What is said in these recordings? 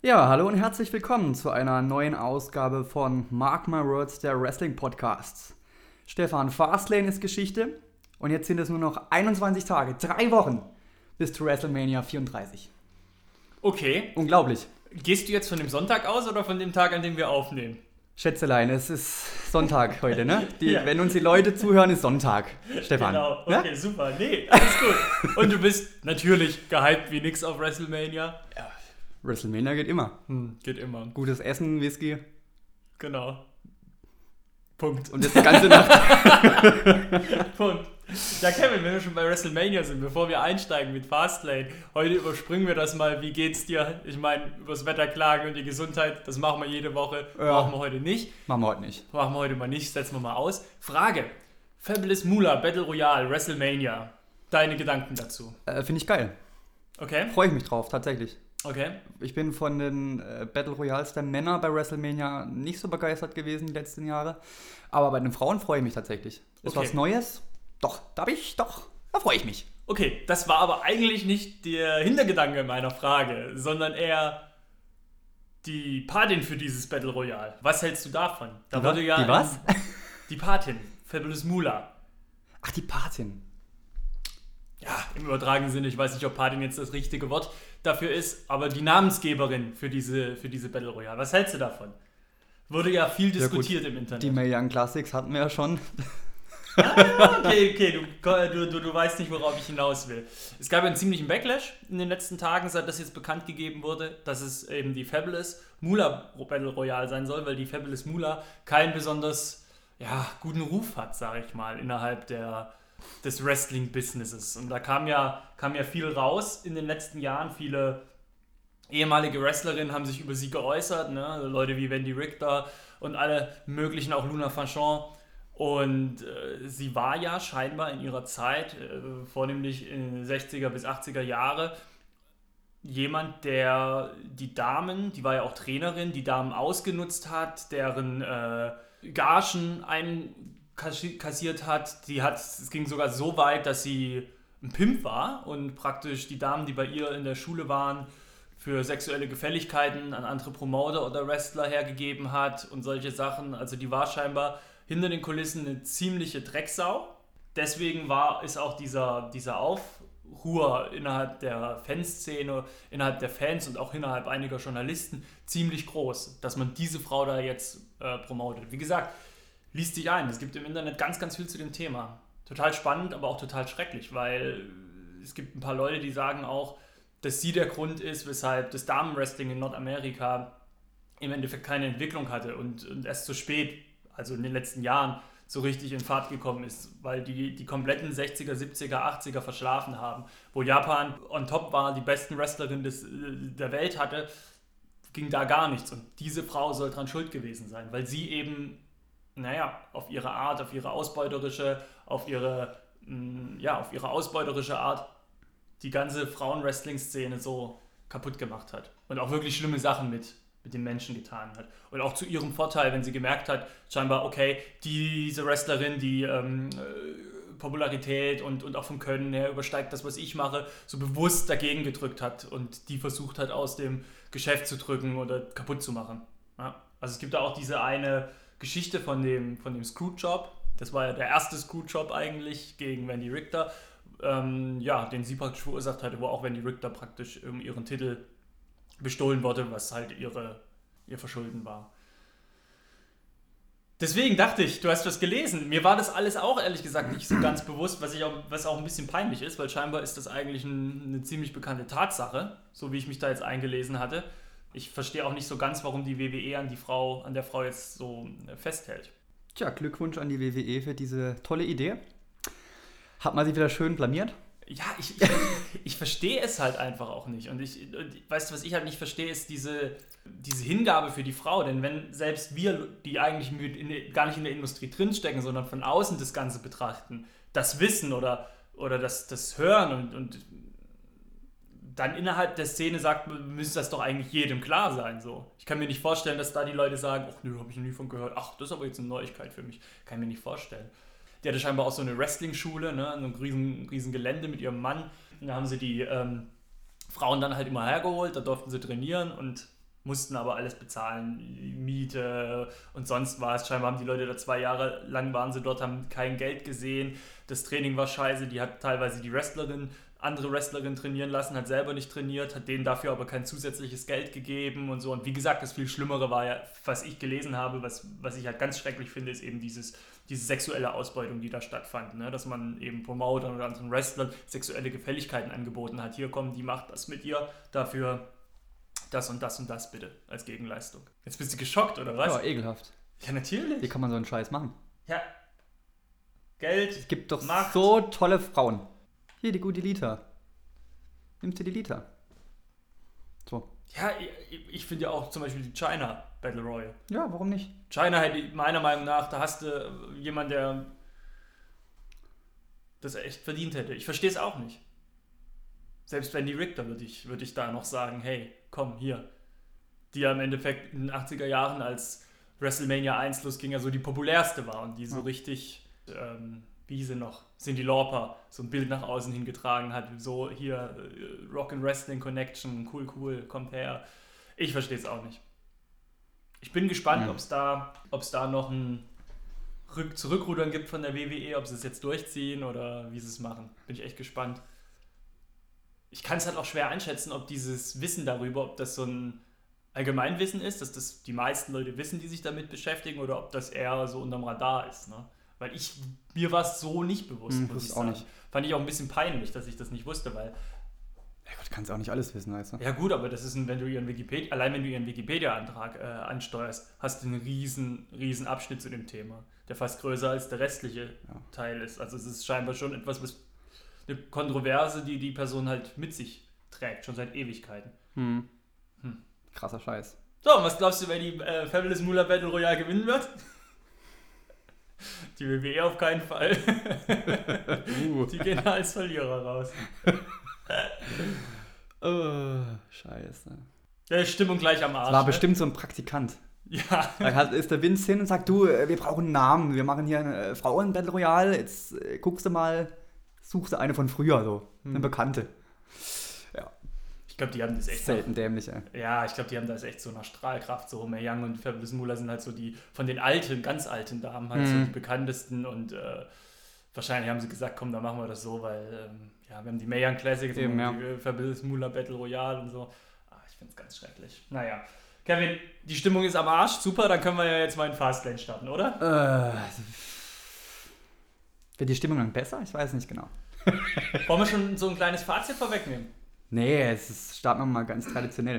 Ja, hallo und herzlich willkommen zu einer neuen Ausgabe von Mark My Words, der Wrestling Podcasts. Stefan, Fastlane ist Geschichte und jetzt sind es nur noch 21 Tage, 3 Wochen bis zu WrestleMania 34. Okay. Unglaublich. Gehst du jetzt von dem Sonntag aus oder von dem Tag, an dem wir aufnehmen? Schätzelein, es ist Sonntag heute, ne? Ja. Wenn uns die Leute zuhören, ist Sonntag. Stefan. Genau, okay, Ja? super. Nee, alles gut. Und du bist natürlich gehypt wie nix auf WrestleMania. WrestleMania geht immer. Geht immer. Gutes Essen, Whisky Genau. Punkt. und jetzt die ganze Nacht. Punkt. Ja, Kevin, wenn wir schon bei WrestleMania sind, bevor wir einsteigen mit Fastlane, heute überspringen wir das mal. Wie geht's dir? Ich meine, übers Wetter klagen und die Gesundheit, das machen wir jede Woche. Ja. Machen wir heute nicht. Machen wir heute nicht. Machen wir heute mal nicht, setzen wir mal aus. Frage. Fabulous Moolah, Battle Royale, WrestleMania. Deine Gedanken dazu? Finde ich geil. Okay? Freue ich mich drauf, tatsächlich. Okay. Ich bin von den Battle Royals der Männer bei WrestleMania nicht so begeistert gewesen die letzten Jahre. Aber bei den Frauen freue ich mich tatsächlich. Ist Okay. was Neues? Doch, da freue ich mich. Okay, das war aber eigentlich nicht der Hintergedanke meiner Frage, sondern eher die Patin für dieses Battle Royale. Was hältst du davon? Da Die wurde wa- ja die was? Die Patin, Fabulous Moolah. Ach, die Patin. Ja, im übertragenen Sinne, ich weiß nicht, ob Patin jetzt das richtige Wort dafür ist, aber die Namensgeberin für diese Battle Royale. Was hältst du davon? Wurde ja viel diskutiert im Internet. Die Mae Young Classics hatten wir ja schon. Okay, du weißt nicht, worauf ich hinaus will. Es gab einen ziemlichen Backlash in den letzten Tagen, seit das jetzt bekannt gegeben wurde, dass es eben die Fabulous Moolah Battle Royale sein soll, weil die Fabulous Moolah keinen besonders guten Ruf hat, sage ich mal, innerhalb des Wrestling-Businesses. Und da kam ja viel raus in den letzten Jahren. Viele ehemalige Wrestlerinnen haben sich über sie geäußert, ne? Leute wie Wendy Richter und alle möglichen, auch Luna Vachon. Und sie war ja scheinbar in ihrer Zeit, vornehmlich in den 60er bis 80er Jahre, jemand, der die Damen, die war ja auch Trainerin, die Damen ausgenutzt hat, deren Gagen einkassiert hat. Es ging sogar so weit, dass sie ein Pimp war und praktisch die Damen, die bei ihr in der Schule waren, für sexuelle Gefälligkeiten an andere Promoter oder Wrestler hergegeben hat und solche Sachen. Also die war scheinbar hinter den Kulissen eine ziemliche Drecksau. Deswegen ist auch dieser Aufruhr innerhalb der Fanszene, innerhalb der Fans und auch innerhalb einiger Journalisten ziemlich groß, dass man diese Frau da jetzt promotet. Wie gesagt, liest dich ein. Es gibt im Internet ganz, ganz viel zu dem Thema. Total spannend, aber auch total schrecklich, weil es gibt ein paar Leute, die sagen auch, dass sie der Grund ist, weshalb das Damenwrestling in Nordamerika im Endeffekt keine Entwicklung hatte und erst zu spät, also in den letzten Jahren, so richtig in Fahrt gekommen ist, weil die kompletten 60er, 70er, 80er verschlafen haben. Wo Japan on top war, die besten Wrestlerinnen der Welt hatte, ging da gar nichts. Und diese Frau soll dran schuld gewesen sein, weil sie eben, auf ihre Art, auf ihre ausbeuterische Art die ganze Frauen-Wrestling-Szene so kaputt gemacht hat. Und auch wirklich schlimme Sachen mit den Menschen getan hat. Und auch zu ihrem Vorteil, wenn sie gemerkt hat, scheinbar, okay, diese Wrestlerin, die Popularität und auch vom Können her übersteigt das, was ich mache, so bewusst dagegen gedrückt hat und die versucht hat, aus dem Geschäft zu drücken oder kaputt zu machen. Ja? Also es gibt da auch diese eine Geschichte von dem Screwjob. Das war ja der erste Screwjob eigentlich gegen Wendy Richter, den sie praktisch verursacht hatte, wo auch Wendy Richter praktisch ihren Titel bestohlen wurde, was halt ihr Verschulden war. Deswegen dachte ich, du hast was gelesen. Mir war das alles auch ehrlich gesagt nicht so ganz bewusst, was auch ein bisschen peinlich ist, weil scheinbar ist das eigentlich eine ziemlich bekannte Tatsache, so wie ich mich da jetzt eingelesen hatte. Ich verstehe auch nicht so ganz, warum die WWE an der Frau jetzt so festhält. Tja, Glückwunsch an die WWE für diese tolle Idee. Hat man sich wieder schön blamiert? Ja, ich verstehe es halt einfach auch nicht. Und weißt du, was ich halt nicht verstehe, ist diese Hingabe für die Frau. Denn wenn selbst wir, die eigentlich gar nicht in der Industrie drinstecken, sondern von außen das Ganze betrachten, das wissen oder das hören und dann innerhalb der Szene sagt, müsste das doch eigentlich jedem klar sein. So. Ich kann mir nicht vorstellen, dass da die Leute sagen, ach nö, habe ich noch nie von gehört. Ach, das ist aber jetzt eine Neuigkeit für mich. Kann ich mir nicht vorstellen. Die hatte scheinbar auch so eine Wrestling-Schule, ne, in einem riesen Gelände mit ihrem Mann. Und da haben sie die Frauen dann halt immer hergeholt, da durften sie trainieren und mussten aber alles bezahlen, Miete und sonst was. Scheinbar haben die Leute da 2 Jahre lang waren sie dort, haben kein Geld gesehen. Das Training war scheiße, die hat teilweise die andere Wrestlerin trainieren lassen, hat selber nicht trainiert, hat denen dafür aber kein zusätzliches Geld gegeben und so. Und wie gesagt, das viel Schlimmere war ja, was ich gelesen habe, was ich halt ganz schrecklich finde, ist eben diese sexuelle Ausbeutung, die da stattfand. Ne? Dass man eben Promotern oder anderen Wrestlern sexuelle Gefälligkeiten angeboten hat. Hier kommen, die macht das mit ihr, dafür das und das und das bitte als Gegenleistung. Jetzt bist du geschockt, oder was? Ja, ekelhaft. Ja, natürlich. Wie kann man so einen Scheiß machen? Ja. Geld, Es gibt doch Macht. so tolle Frauen. Hier, die gute Lita. Nimmst du die Lita? So. Ja, ich finde ja auch zum Beispiel die China Battle Royale. Ja, warum nicht? China hätte meiner Meinung nach, da hast du jemanden, der das echt verdient hätte. Ich verstehe es auch nicht. Selbst Wendy Richter würde ich da noch sagen, hey, komm, hier. Die ja im Endeffekt in den 80er Jahren als WrestleMania 1 losging, ja so die populärste war und die so richtig, wie hieß sie noch, Cyndi Lauper, so ein Bild nach außen hingetragen hat, so hier Rock and Wrestling Connection, cool, kommt her. Ich verstehe es auch nicht. Ich bin gespannt, ob es da noch ein Zurückrudern gibt von der WWE, ob sie es jetzt durchziehen oder wie sie es machen. Bin ich echt gespannt. Ich kann es halt auch schwer einschätzen, ob dieses Wissen darüber, ob das so ein Allgemeinwissen ist, dass das die meisten Leute wissen, die sich damit beschäftigen, oder ob das eher so unterm Radar ist. Ne? Weil mir war es so nicht bewusst, muss ich sagen. Auch nicht. Fand ich auch ein bisschen peinlich, dass ich das nicht wusste, weil... Ja Gott, kannst auch nicht alles wissen, weißt du? Ja gut, aber das ist, wenn du ihren Wikipedia-Antrag ansteuerst, hast du einen riesen Abschnitt zu dem Thema, der fast größer als der restliche Teil ist. Also es ist scheinbar schon etwas, eine Kontroverse, die Person halt mit sich trägt, schon seit Ewigkeiten. Krasser Scheiß. So, und was glaubst du, wer die Fabulous Moolah Battle Royale gewinnen wird? Die WWE auf keinen Fall. Die gehen als Verlierer raus. Oh, scheiße. Ja, Stimmung gleich am Arsch. Das war bestimmt so ein Praktikant. Ja. Da ist der Vince hin und sagt, du, wir brauchen einen Namen, wir machen hier eine Frauen-Battle Royale, jetzt guckst du mal, suchst du eine von früher, so, eine Bekannte. Ja. Ich glaube, die haben das echt selten dämlich, ey. Ja, ich glaube, die haben das echt so nach Strahlkraft, so Mae Young und Fabulous Moolah sind halt so die, von den alten, ganz alten Damen halt so die bekanntesten und wahrscheinlich haben sie gesagt, komm, dann machen wir das so, weil wir haben die Mae Young Classic, eben, die Fabulous Moolah Battle Royale und so. Ich finde es ganz schrecklich. Naja. Kevin, die Stimmung ist am Arsch, super, dann können wir ja jetzt mal in Fastlane starten, oder? Wird die Stimmung dann besser? Ich weiß nicht genau. Wollen wir schon so ein kleines Fazit vorwegnehmen? Nee, starten wir mal ganz traditionell.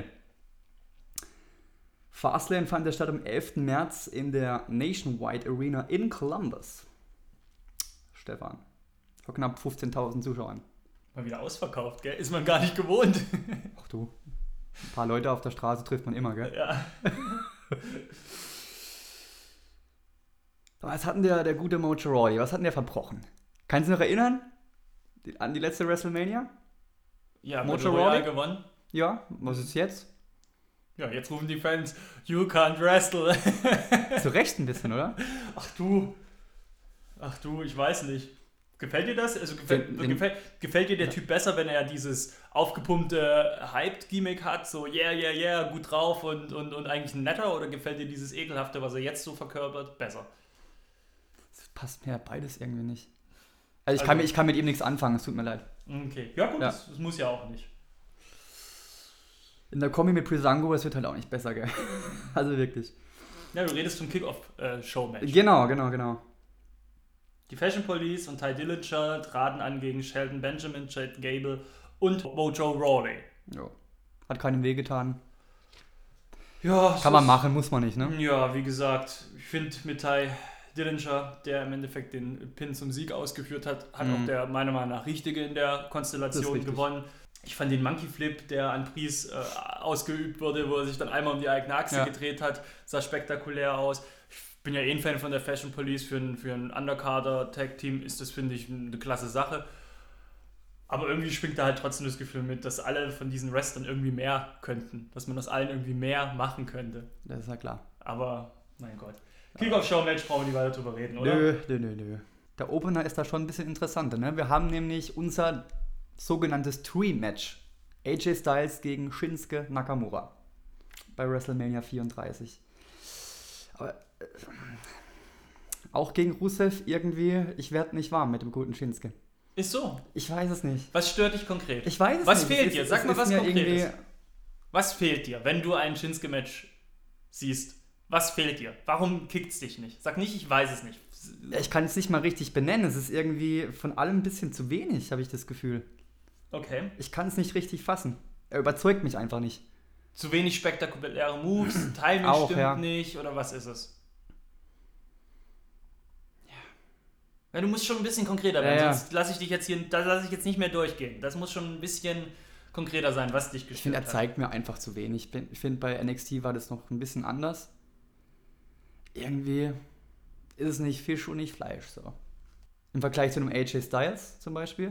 Fastlane fand statt am 11. März in der Nationwide Arena in Columbus. Stefan, vor knapp 15.000 Zuschauern. Mal wieder ausverkauft, gell? Ist man gar nicht gewohnt. Ach du, ein paar Leute auf der Straße trifft man immer, gell? Ja. Was hat denn der gute Mojo Rawley, was hat denn der verbrochen? Kannst du dich noch erinnern? An die letzte WrestleMania? Ja, Mojo Royale Rawley gewonnen. Ja, was ist jetzt? Ja, jetzt rufen die Fans, you can't wrestle. Zu Recht ein bisschen, oder? Ach du, ich weiß nicht. Gefällt dir das? Also gefällt dir der Typ besser, wenn er dieses aufgepumpte Hyped-Gimmick hat, so yeah, gut drauf und eigentlich ein netter, oder gefällt dir dieses ekelhafte, was er jetzt so verkörpert, besser? Das passt mir beides irgendwie nicht. Also ich kann mit ihm nichts anfangen, es tut mir leid. Okay, ja gut, das muss ja auch nicht. In der Kombi mit Breezango, das wird halt auch nicht besser, gell? Also wirklich. Ja, du redest vom Kick-Off-Show-Match. Genau. Die Fashion Police und Ty Dillinger traten an gegen Shelton Benjamin, Chad Gable und Mojo Rawley. Jo. Hat keinen Weh getan. Ja, kann man machen, muss man nicht, ne? Ja, wie gesagt, ich finde mit Ty Dillinger, der im Endeffekt den Pin zum Sieg ausgeführt hat, hat auch der meiner Meinung nach Richtige in der Konstellation gewonnen. Ich fand den Monkey Flip, der an Priest ausgeübt wurde, wo er sich dann einmal um die eigene Achse gedreht hat, sah spektakulär aus. Ich bin ja ein Fan von der Fashion Police, für ein Undercarder-Tag-Team ist das, finde ich, eine klasse Sache. Aber irgendwie schwingt da halt trotzdem das Gefühl mit, dass alle von diesen Wrestlern irgendwie mehr könnten. Dass man aus allen irgendwie mehr machen könnte. Das ist ja klar. Aber, mein Gott. Kick-Off-Show-Match brauchen wir nicht weiter drüber reden, oder? Nö. Der Opener ist da schon ein bisschen interessanter, ne? Wir haben nämlich unser sogenanntes Dream-Match. AJ Styles gegen Shinsuke Nakamura. bei WrestleMania 34. Aber auch gegen Rusev irgendwie, ich werde nicht warm mit dem guten Shinsuke. Ist so. Ich weiß es nicht. Was stört dich konkret? Ich weiß es was nicht. Fehlt dir? Sag mal was Konkretes. Irgendwie... Was fehlt dir, wenn du ein Shinsuke-Match siehst? Was fehlt dir? Warum kickt's dich nicht? Sag nicht, ich weiß es nicht. Ja, ich kann es nicht mal richtig benennen. Es ist irgendwie von allem ein bisschen zu wenig, habe ich das Gefühl. Okay. Ich kann es nicht richtig fassen. Er überzeugt mich einfach nicht. Zu wenig spektakuläre Moves, Timing Auch, stimmt ja. nicht oder was ist es? Ja, du musst schon ein bisschen konkreter werden, Ja. sonst lasse ich dich jetzt hier, da lasse ich jetzt nicht mehr durchgehen. Das muss schon ein bisschen konkreter sein, was dich Ich finde, gestört er zeigt mir einfach zu wenig. Ich finde, bei NXT war das noch ein bisschen anders. Irgendwie ist es nicht Fisch und nicht Fleisch, so. Im Vergleich zu einem AJ Styles zum Beispiel.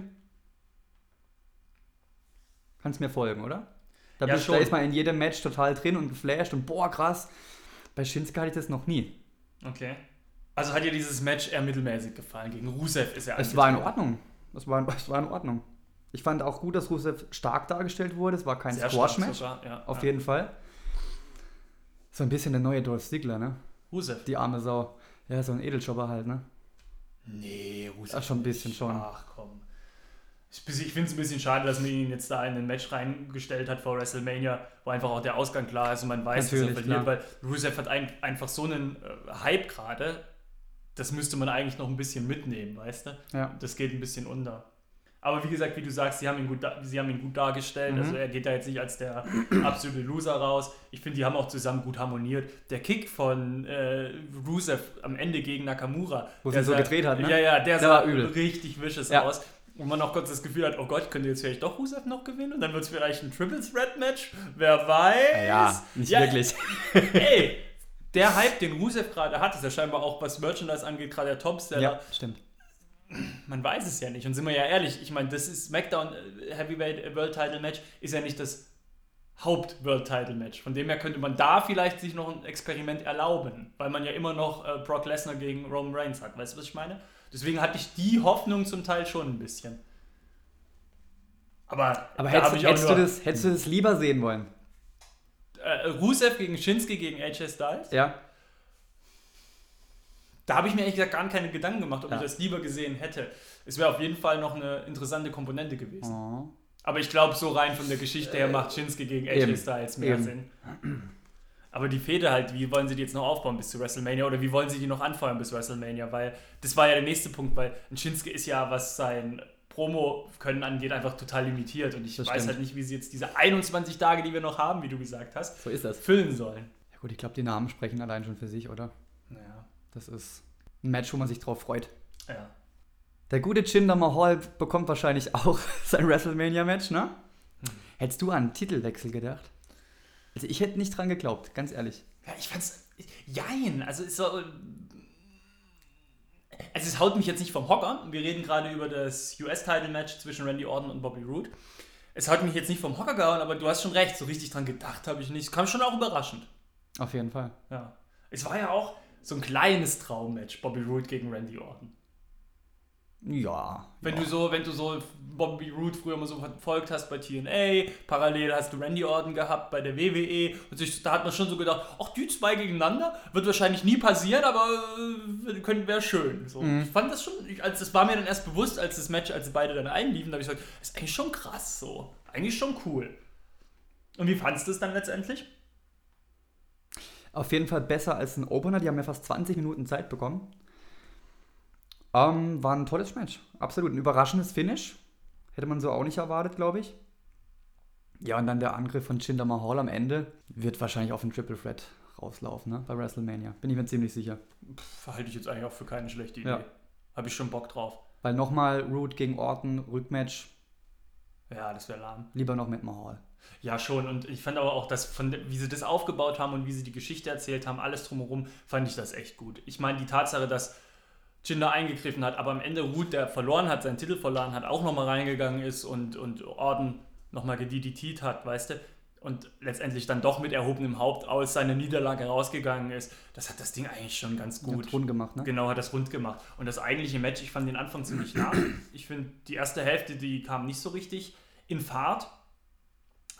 Kannst mir folgen, oder? Da Ja, schon. ist man in jedem Match total drin und geflasht und boah, krass. Bei Shinsuke hatte ich das noch nie. Okay. Also hat dir dieses Match eher mittelmäßig gefallen? Gegen Rusev ist er Es war in Ordnung. Es war in Ordnung. Ich fand auch gut, dass Rusev stark dargestellt wurde. Es war kein sehr Squash-Match. stark sogar, ja. Auf jeden Fall. So ein bisschen der neue Dolph Ziggler, ne? Rusev? Die arme Sau. Ja, so ein Edeljobber halt, ne? Nee, Rusev. Ach, schon ein bisschen nicht. schon. Ach komm. Ich finde es ein bisschen schade, dass man ihn jetzt da in ein Match reingestellt hat vor WrestleMania, wo einfach auch der Ausgang klar ist und man weiß, Natürlich, dass er verliert, klar. weil Rusev hat einfach so einen Hype gerade, das müsste man eigentlich noch ein bisschen mitnehmen, weißt du? Ja. Das geht ein bisschen unter. Aber wie gesagt, wie du sagst, sie haben ihn gut dargestellt, also er geht da jetzt nicht als der absolute Loser raus. Ich finde, die haben auch zusammen gut harmoniert. Der Kick von Rusev am Ende gegen Nakamura, Wo sie so gedreht hat, ne? Ja, der Der sah war übel. richtig vicious Ja. aus. Und man auch kurz das Gefühl hat, oh Gott, könnte jetzt vielleicht doch Rusev noch gewinnen und dann wird es vielleicht ein Triple Threat Match. Wer weiß. Ja, nicht wirklich. Ey, der Hype, den Rusev gerade hat, ist ja scheinbar auch, was Merchandise angeht, gerade der Topseller. Ja, stimmt. Man weiß es ja nicht. Und sind wir ja ehrlich, ich meine, das ist SmackDown Heavyweight World Title Match, ist ja nicht das Haupt-World Title Match. Von dem her könnte man da vielleicht sich noch ein Experiment erlauben, weil man ja immer noch Brock Lesnar gegen Roman Reigns hat. Weißt du, was ich meine? Deswegen hatte ich die Hoffnung zum Teil schon ein bisschen. Aber hättest du das lieber sehen wollen? Rusev gegen Shinsuke gegen AJ Styles? Ja. Da habe ich mir ehrlich gesagt gar keine Gedanken gemacht, ob Ja. ich das lieber gesehen hätte. Es wäre auf jeden Fall noch eine interessante Komponente gewesen. Oh. Aber ich glaube, so rein von der Geschichte her macht Shinsuke gegen AJ eben. Styles mehr Eben. Sinn. Aber die Fehde halt, wie wollen sie die jetzt noch aufbauen bis zu WrestleMania oder wie wollen sie die noch anfeuern bis WrestleMania? Weil das war ja der nächste Punkt, weil ein Shinsuke ist ja, was sein Promo-Können angeht, einfach total limitiert. Und ich Das weiß stimmt. halt nicht, wie sie jetzt diese 21 Tage, die wir noch haben, wie du gesagt hast, So ist das. füllen sollen. Ja gut, ich glaube, die Namen sprechen allein schon für sich, oder? Naja, Das ist ein Match, wo man sich drauf freut. ja. Der gute Jinder Mahal bekommt wahrscheinlich auch sein WrestleMania-Match, ne? Hättest du an einen Titelwechsel gedacht? Also ich hätte nicht dran geglaubt, ganz ehrlich. Ja, ich fand's. Jein, also es haut mich jetzt nicht vom Hocker. Wir reden gerade über das US-Title-Match zwischen Randy Orton und Bobby Roode. Es hat mich jetzt nicht vom Hocker gehauen, aber du hast schon recht, so richtig dran gedacht habe ich nicht. Es kam schon auch überraschend. Auf jeden Fall. Ja. Es war ja auch so ein kleines Traummatch, Bobby Roode gegen Randy Orton. Ja. Wenn du so Bobby Roode früher mal so verfolgt hast bei TNA, parallel hast du Randy Orton gehabt bei der WWE und da hat man schon so gedacht, ach, die zwei gegeneinander, wird wahrscheinlich nie passieren, aber wäre schön. So. Ich fand das schon, das war mir dann erst bewusst, als beide dann einliefen, da habe ich gesagt, das ist eigentlich schon krass so, eigentlich schon cool. Und wie fandst du es dann letztendlich? Auf jeden Fall besser als ein Opener, die haben ja fast 20 Minuten Zeit bekommen. War ein tolles Match. Absolut. Ein überraschendes Finish. Hätte man so auch nicht erwartet, glaube ich. Ja, und dann der Angriff von Jinder Mahal am Ende wird wahrscheinlich auf den Triple Threat rauslaufen, ne? Bei WrestleMania. Bin ich mir ziemlich sicher. Halte ich jetzt eigentlich auch für keine schlechte Idee. Ja. Habe ich schon Bock drauf. Weil nochmal Roode gegen Orton, Rückmatch, Ja, das wäre lahm. lieber noch mit Mahal. Ja, schon. Und ich fand aber auch, wie sie das aufgebaut haben und wie sie die Geschichte erzählt haben, alles drumherum, fand ich das echt gut. Ich meine, die Tatsache, dass Jinder eingegriffen hat, aber am Ende Roode, der verloren hat, seinen Titel verloren hat, auch nochmal reingegangen ist und Orton nochmal gediditiert hat, weißt du? Und letztendlich dann doch mit erhobenem Haupt aus seiner Niederlage rausgegangen ist, das hat das Ding eigentlich schon ganz gut. Hat rund gemacht, ne? Genau, hat das rund gemacht. Und das eigentliche Match, ich fand den Anfang ziemlich nah. Ich finde, die erste Hälfte, die kam nicht so richtig in Fahrt.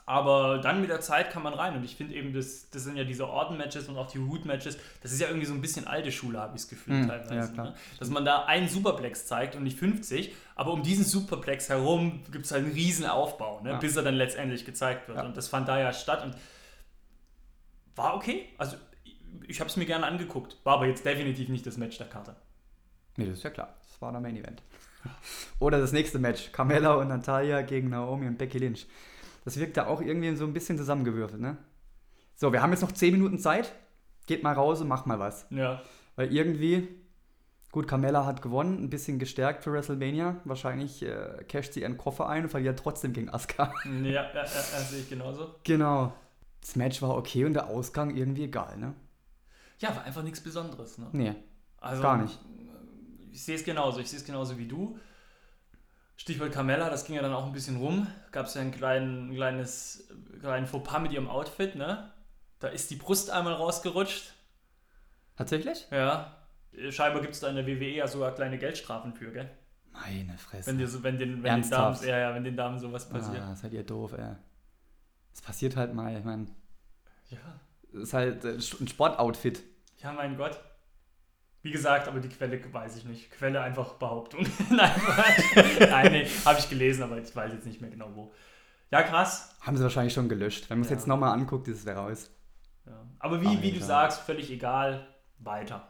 Aber dann mit der Zeit kann man rein und ich finde eben, das sind ja diese Orden-Matches und auch die Root-Matches, das ist ja irgendwie so ein bisschen alte Schule, habe ich das Gefühl teilweise. Ja, klar. Ne? Dass man da einen Superplex zeigt und nicht 50, aber um diesen Superplex herum gibt es halt einen riesen Aufbau, ne? Bis er dann letztendlich gezeigt wird. Und das fand da ja statt und war okay. Also ich habe es mir gerne angeguckt, war aber jetzt definitiv nicht das Match der Karte. Nee, das ist ja klar. Das war der Main Event. Oder das nächste Match. Carmella und Natalya gegen Naomi und Becky Lynch. Das wirkt da auch irgendwie so ein bisschen zusammengewürfelt, ne? So, wir haben jetzt noch 10 Minuten Zeit. Geht mal raus und macht mal was. Ja. Weil irgendwie, gut, Carmella hat gewonnen, ein bisschen gestärkt für WrestleMania. Wahrscheinlich casht sie ihren Koffer ein und verliert trotzdem gegen Asuka. Ja, sehe ich genauso. Genau. Das Match war okay und der Ausgang irgendwie egal, ne? Ja, war einfach nichts Besonderes, ne? Nee, also, gar nicht. Ich sehe es genauso wie du. Stichwort Carmella, das ging ja dann auch ein bisschen rum. Gab es ja einen kleinen Fauxpas mit ihrem Outfit, ne? Da ist die Brust einmal rausgerutscht. Tatsächlich? Ja. Scheinbar gibt es da in der WWE ja sogar kleine Geldstrafen für, gell? Meine Fresse. Wenn den Damen sowas passiert. Ah, seid ihr doof, ey. Das passiert halt mal, ich meine. Ja. Das ist halt ein Sportoutfit. Ja, mein Gott. Wie gesagt, aber die Quelle weiß ich nicht. Quelle einfach Behauptung. Nein, habe ich gelesen, aber ich weiß jetzt nicht mehr genau wo. Ja, krass. Haben sie wahrscheinlich schon gelöscht. Wenn man es jetzt nochmal anguckt, ist es wieder raus. Ja. Aber wie du sagst, völlig egal. Weiter.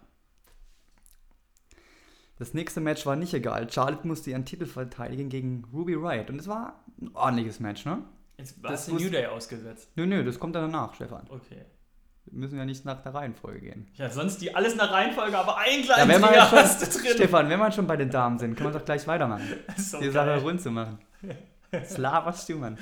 Das nächste Match war nicht egal. Charlotte musste ihren Titel verteidigen gegen Ruby Riott. Und es war ein ordentliches Match, ne? Jetzt hast du New Day ausgesetzt. Nö, das kommt dann danach, Stefan. Okay. Wir müssen ja nicht nach der Reihenfolge gehen. Ja, sonst die alles nach Reihenfolge, aber ein kleines ja, hast du drin. Stefan, wenn wir schon bei den Damen sind, können wir doch gleich weitermachen. So die Sache rund zu machen. Slava Stumann.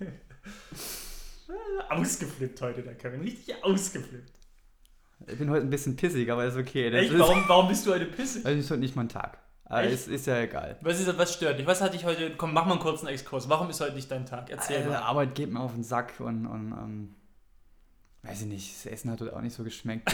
Ausgeflippt heute, der Kevin. Richtig ausgeflippt. Ich bin heute ein bisschen pissig, aber ist okay. Echt? Warum bist du heute pissig? Das ist heute nicht mein Tag. Aber es ist ja egal. Was stört dich? Was hat dich heute... Komm, mach mal einen kurzen Exkurs. Warum ist heute nicht dein Tag? Erzähl mal. Arbeit geht mir auf den Sack und weiß ich nicht, das Essen hat heute auch nicht so geschmeckt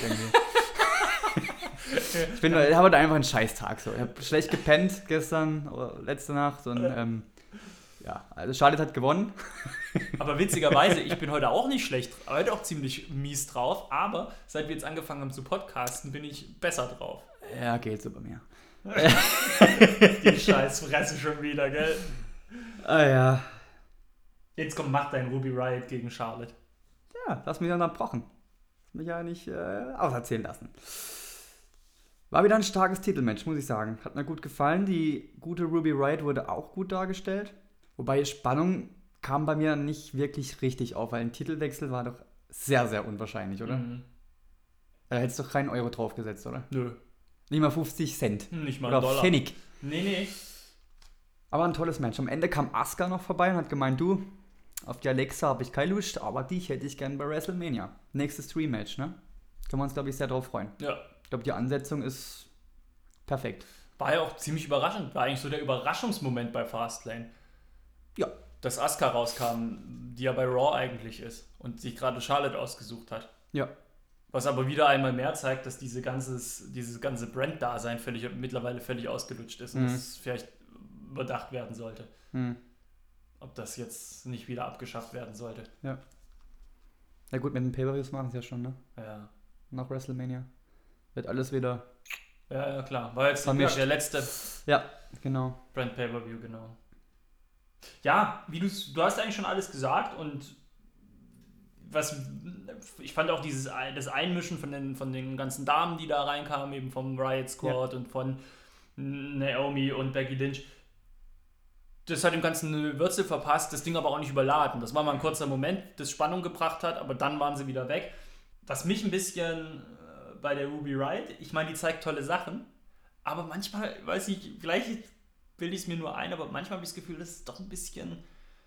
irgendwie. Ich habe heute einfach einen Scheißtag. So. Ich habe schlecht gepennt gestern oder letzte Nacht und also Charlotte hat gewonnen. Aber witzigerweise, ich bin heute auch nicht schlecht, heute auch ziemlich mies drauf, aber seit wir jetzt angefangen haben zu podcasten, bin ich besser drauf. Ja, geht so bei mir. Die Scheißfresse schon wieder, gell? Ah ja. Jetzt komm, mach dein Ruby Riott gegen Charlotte. Ja, lass mich dann abbrochen. Lass mich ja nicht auserzählen lassen. War wieder ein starkes Titelmatch, muss ich sagen. Hat mir gut gefallen. Die gute Ruby Riott wurde auch gut dargestellt. Wobei Spannung kam bei mir nicht wirklich richtig auf, weil ein Titelwechsel war doch sehr, sehr unwahrscheinlich, oder? Mhm. Da hättest du doch keinen Euro draufgesetzt, oder? Nö. Nicht mal 50 Cent. Nicht mal oder $1. Pfennig. Nee. Aber ein tolles Match. Am Ende kam Asuka noch vorbei und hat gemeint, du, auf die Alexa habe ich keine Lust, aber dich hätte ich gern bei WrestleMania. Nächstes Dream-Match, ne? Können wir uns, glaube ich, sehr drauf freuen. Ja. Ich glaube, die Ansetzung ist perfekt. War ja auch ziemlich überraschend. War eigentlich so der Überraschungsmoment bei Fastlane. Ja. Dass Asuka rauskam, die ja bei Raw eigentlich ist und sich gerade Charlotte ausgesucht hat. Ja. Was aber wieder einmal mehr zeigt, dass dieses ganze Brand-Dasein mittlerweile völlig ausgelutscht ist und dass es vielleicht überdacht werden sollte. Ob das jetzt nicht wieder abgeschafft werden sollte. Ja. Na gut, mit den Pay-Per-Views machen sie ja schon, ne? Ja. Nach WrestleMania. Wird alles wieder... Ja, klar. War jetzt vermischt. Der letzte Ja, genau. Brand Pay-Per-View, genau. Ja, du hast eigentlich schon alles gesagt und ich fand auch das Einmischen von den ganzen Damen, die da reinkamen, eben vom Riot Squad und von Naomi und Becky Lynch, das hat dem Ganzen eine Würze verpasst, das Ding aber auch nicht überladen. Das war mal ein kurzer Moment, das Spannung gebracht hat, aber dann waren sie wieder weg. Was mich ein bisschen bei der Ruby Riott, ich meine, die zeigt tolle Sachen, aber manchmal, weiß ich, vielleicht bilde ich es mir nur ein, aber manchmal habe ich das Gefühl, dass es doch ein bisschen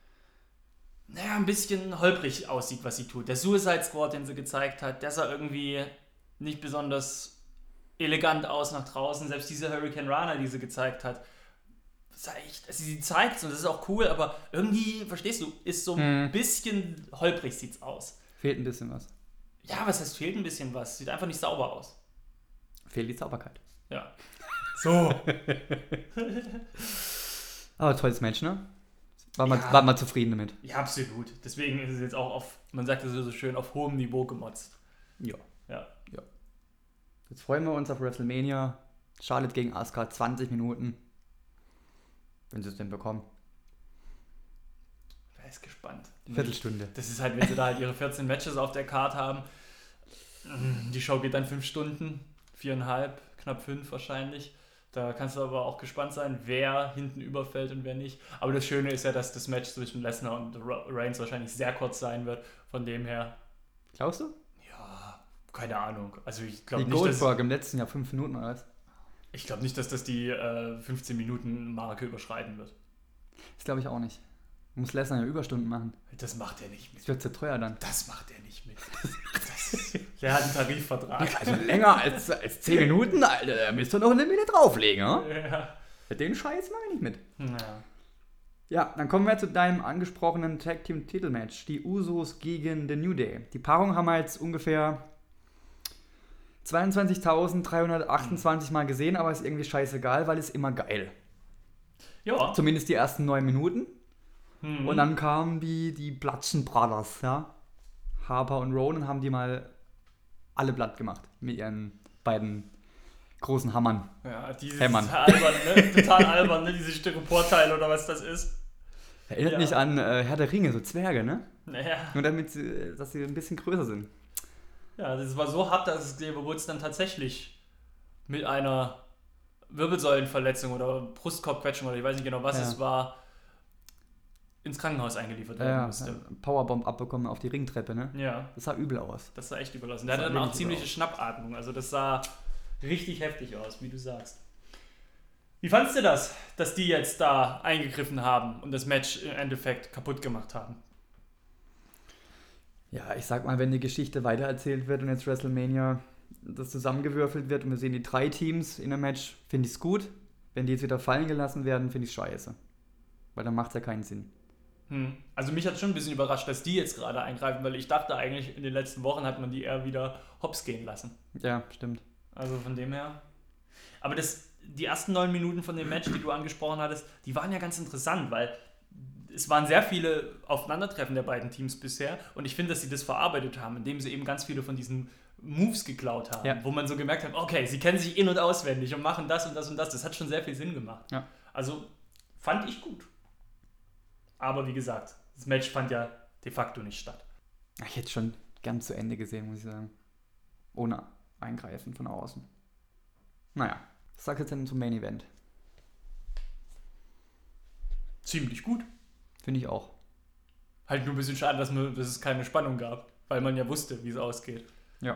holprig aussieht, was sie tut. Der Suicide Squad, den sie gezeigt hat, der sah irgendwie nicht besonders elegant aus nach draußen. Selbst diese Hurricane Rana, die sie gezeigt hat, sie zeigt es und das ist auch cool, aber irgendwie, verstehst du, ist so ein bisschen holprig sieht's aus. Fehlt ein bisschen was. Ja, was heißt fehlt ein bisschen was? Sieht einfach nicht sauber aus. Fehlt die Sauberkeit. Ja. So. Aber tolles Match, ne? War mal zufrieden damit. Ja, absolut. Deswegen ist es jetzt auch man sagt es so schön, auf hohem Niveau gemotzt. Ja. Ja. Jetzt freuen wir uns auf WrestleMania. Charlotte gegen Asuka, 20 Minuten. Wenn sie es denn bekommen. Wer ist gespannt? Viertelstunde. Das ist halt, wenn sie da halt ihre 14 Matches auf der Card haben. Die Show geht dann 5 Stunden, 4,5, knapp 5 wahrscheinlich. Da kannst du aber auch gespannt sein, wer hinten überfällt und wer nicht. Aber das Schöne ist ja, dass das Match zwischen Lesnar und Reigns wahrscheinlich sehr kurz sein wird. Von dem her. Glaubst du? Ja, keine Ahnung. Also ich glaube Wie nicht, Goldberg im letzten Jahr 5 Minuten oder was? Ich glaube nicht, dass das die 15-Minuten-Marke überschreiten wird. Das glaube ich auch nicht. Muss Lesnar ja Überstunden machen. Das macht er nicht mit. Das wird zu teuer dann. Das macht er nicht mit. Der hat einen Tarifvertrag. Also länger als 10 Minuten, Alter, da müsst ihr noch eine Minute drauflegen, ne? Ja. Den Scheiß mache ich nicht mit. Naja. Ja, dann kommen wir zu deinem angesprochenen Tag-Team-Titelmatch. Die Usos gegen The New Day. Die Paarung haben wir jetzt ungefähr 22.328 Mal gesehen, aber ist irgendwie scheißegal, weil es immer geil. Ja. Zumindest die ersten 9 Minuten. Mhm. Und dann kamen die Bludgeon Brothers, ja. Harper und Rowan haben die mal alle platt gemacht mit ihren beiden großen Hammern. Ja, dieses Hämmern. albern, ne? Total albern, ne? Diese Styroporteile oder was das ist. Erinnert mich an Herr der Ringe, so Zwerge, ne? Naja. Nur damit, dass sie ein bisschen größer sind. Ja, das war so hart, dass Xavier Woods dann tatsächlich mit einer Wirbelsäulenverletzung oder Brustkorbquetschung oder ich weiß nicht genau, was es war, ins Krankenhaus eingeliefert werden musste. Powerbomb abbekommen auf die Ringtreppe, ne? Ja. Das sah übel aus. Das sah echt übel aus. Und der hatte dann auch ziemliche Schnappatmung. Also das sah richtig heftig aus, wie du sagst. Wie fandst du das, dass die jetzt da eingegriffen haben und das Match im Endeffekt kaputt gemacht haben? Ja, ich sag mal, wenn die Geschichte weitererzählt wird und jetzt WrestleMania das zusammengewürfelt wird und wir sehen die 3 Teams in einem Match, finde ich es gut. Wenn die jetzt wieder fallen gelassen werden, finde ich es scheiße. Weil dann macht es ja keinen Sinn. Also mich hat es schon ein bisschen überrascht, dass die jetzt gerade eingreifen, weil ich dachte eigentlich, in den letzten Wochen hat man die eher wieder hops gehen lassen. Ja, stimmt. Also von dem her. Aber die ersten 9 Minuten von dem Match, die du angesprochen hattest, die waren ja ganz interessant, weil es waren sehr viele Aufeinandertreffen der beiden Teams bisher und ich finde, dass sie das verarbeitet haben, indem sie eben ganz viele von diesen Moves geklaut haben, wo man so gemerkt hat, okay, sie kennen sich in- und auswendig und machen das und das und das. Das hat schon sehr viel Sinn gemacht. Ja. Also fand ich gut. Aber wie gesagt, das Match fand ja de facto nicht statt. Ich hätte schon gern zu Ende gesehen, muss ich sagen. Ohne Eingreifen von außen. Naja, was sagst du jetzt denn zum Main Event? Ziemlich gut. Finde ich auch. Halt nur ein bisschen schade, dass es keine Spannung gab, weil man ja wusste, wie es ausgeht. Ja.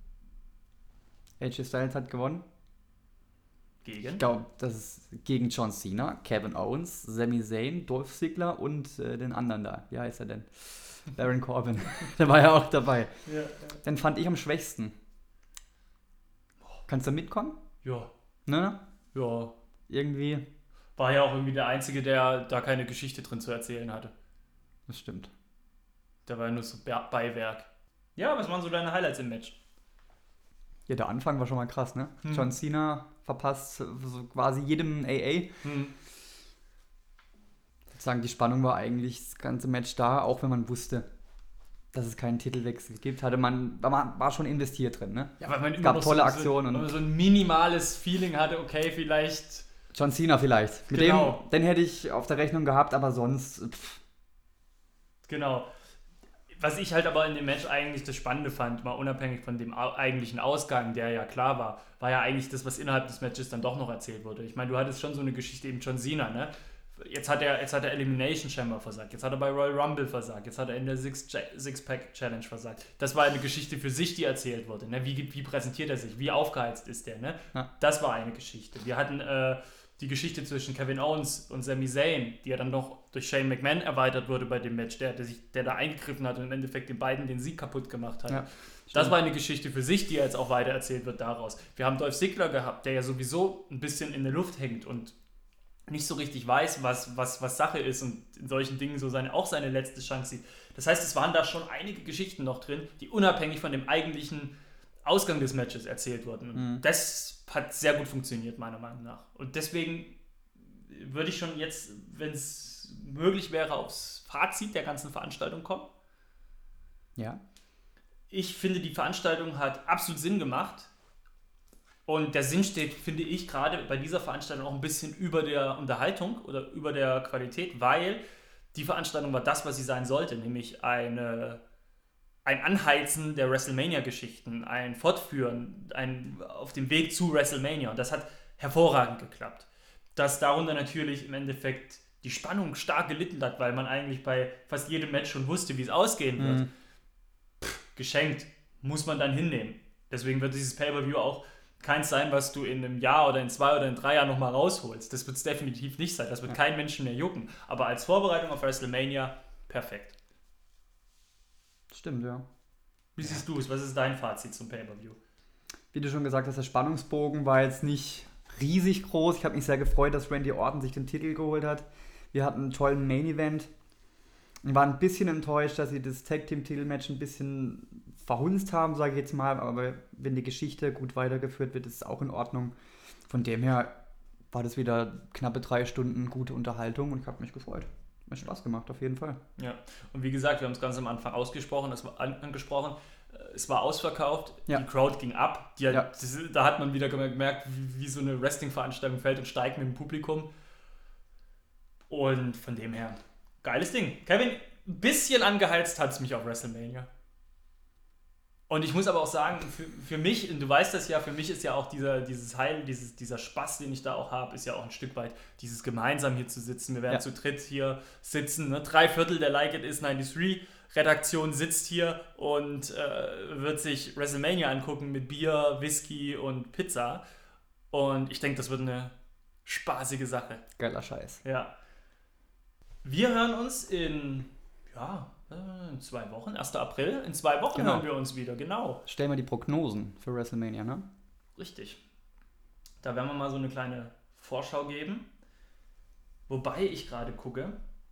AJ Styles hat gewonnen. Gegen? Ich glaube, das ist gegen John Cena, Kevin Owens, Sami Zayn, Dolph Ziggler und den anderen da. Wie heißt er denn? Baron Corbin. Der war ja auch dabei. Ja. Den fand ich am schwächsten. Kannst du mitkommen? Ja. Ne? Ja. Irgendwie. War ja auch irgendwie der Einzige, der da keine Geschichte drin zu erzählen hatte. Das stimmt. Der war ja nur so Beiwerk. Ja, was waren so deine Highlights im Match? Ja, der Anfang war schon mal krass, ne? John Cena verpasst so quasi jedem AA. Ich würde sagen, die Spannung war eigentlich das ganze Match da, auch wenn man wusste, dass es keinen Titelwechsel gibt. Man war schon investiert drin, ne? Ja, weil man es immer gab noch tolle so, Aktionen. und so ein minimales Feeling hatte, okay, vielleicht. John Cena vielleicht. Mit den hätte ich auf der Rechnung gehabt, aber sonst. Genau. Was ich halt aber in dem Match eigentlich das Spannende fand, mal unabhängig von dem eigentlichen Ausgang, der ja klar war ja eigentlich das, was innerhalb des Matches dann doch noch erzählt wurde. Ich meine, du hattest schon so eine Geschichte, eben John Cena, ne? Jetzt hat er Elimination Chamber versagt, jetzt hat er bei Royal Rumble versagt, jetzt hat er in der Six-Pack Challenge versagt. Das war eine Geschichte für sich, die erzählt wurde. Ne? Wie präsentiert er sich? Wie aufgeheizt ist der? Ne? Ja. Das war eine Geschichte. Wir hatten die Geschichte zwischen Kevin Owens und Sami Zayn, die ja dann noch durch Shane McMahon erweitert wurde bei dem Match, der da eingegriffen hat und im Endeffekt den beiden den Sieg kaputt gemacht hat. Ja, das war eine Geschichte für sich, die jetzt auch weiter erzählt wird daraus. Wir haben Dolph Ziggler gehabt, der ja sowieso ein bisschen in der Luft hängt und nicht so richtig weiß, was Sache ist und in solchen Dingen so auch seine letzte Chance sieht. Das heißt, es waren da schon einige Geschichten noch drin, die unabhängig von dem eigentlichen Ausgang des Matches erzählt wurden. Und das hat sehr gut funktioniert, meiner Meinung nach. Und deswegen würde ich schon jetzt, wenn es es möglich wäre, aufs Fazit der ganzen Veranstaltung kommen. Ja. Ich finde, die Veranstaltung hat absolut Sinn gemacht. Und der Sinn steht, finde ich, gerade bei dieser Veranstaltung auch ein bisschen über der Unterhaltung oder über der Qualität, weil die Veranstaltung war das, was sie sein sollte, nämlich ein Anheizen der WrestleMania-Geschichten, ein Fortführen, ein auf dem Weg zu WrestleMania. Und das hat hervorragend geklappt. Dass darunter natürlich im Endeffekt die Spannung stark gelitten hat, weil man eigentlich bei fast jedem Match schon wusste, wie es ausgehen wird. Geschenkt, muss man dann hinnehmen. Deswegen wird dieses Pay-Per-View auch keins sein, was du in einem Jahr oder in 2 oder in 3 Jahren nochmal rausholst. Das wird es definitiv nicht sein. Das wird keinen Menschen mehr jucken. Aber als Vorbereitung auf WrestleMania, perfekt. Stimmt, ja. Wie siehst du es? Was ist dein Fazit zum Pay-Per-View? Wie du schon gesagt hast, der Spannungsbogen war jetzt nicht riesig groß. Ich habe mich sehr gefreut, dass Randy Orton sich den Titel geholt hat. Wir hatten einen tollen Main-Event. Ich war ein bisschen enttäuscht, dass sie das Tag-Team-Titel-Match ein bisschen verhunzt haben, sage ich jetzt mal. Aber wenn die Geschichte gut weitergeführt wird, ist es auch in Ordnung. Von dem her war das wieder knappe 3 Stunden gute Unterhaltung und ich habe mich gefreut. Hat mir Spaß gemacht, auf jeden Fall. Ja, und wie gesagt, wir haben es ganz am Anfang angesprochen. Es war ausverkauft, Ja. Die Crowd ging ab. Da hat man wieder gemerkt, wie so eine Wrestling-Veranstaltung fällt und steigt mit dem Publikum. Und von dem her, geiles Ding. Kevin, ein bisschen angeheizt hat es mich auf WrestleMania. Und ich muss aber auch sagen, für mich, und du weißt das ja, für mich ist ja auch dieser Spaß, den ich da auch habe, ist ja auch ein Stück weit dieses gemeinsam hier zu sitzen. Wir werden zu dritt hier sitzen. Ne? 3/4 der Like It Is 93 Redaktion sitzt hier und wird sich WrestleMania angucken mit Bier, Whisky und Pizza. Und ich denke, das wird eine spaßige Sache. Geiler Scheiß. Ja. Wir hören uns in 2 Wochen, 1. April. In 2 Wochen hören wir uns wieder, genau. Stellen wir die Prognosen für WrestleMania, ne? Richtig. Da werden wir mal so eine kleine Vorschau geben. Wobei ich gerade gucke,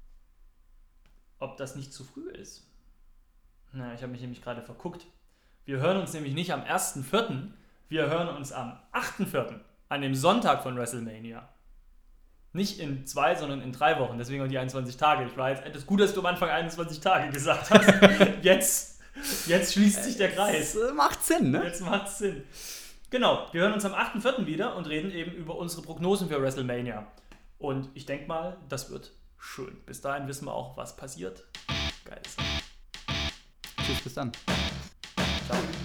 ob das nicht zu früh ist. Ich habe mich nämlich gerade verguckt. Wir hören uns nämlich nicht am 1.4., wir hören uns am 8.4., an dem Sonntag von WrestleMania. Nicht in 2, sondern in 3 Wochen. Deswegen auch die 21 Tage. Ich war jetzt etwas gut, dass du am Anfang 21 Tage gesagt hast. Jetzt schließt sich der Kreis. Macht Sinn, ne? Jetzt macht es Sinn. Genau, wir hören uns am 8.4. wieder und reden eben über unsere Prognosen für WrestleMania. Und ich denke mal, das wird schön. Bis dahin wissen wir auch, was passiert. Geiles. Tschüss, bis dann. Ciao.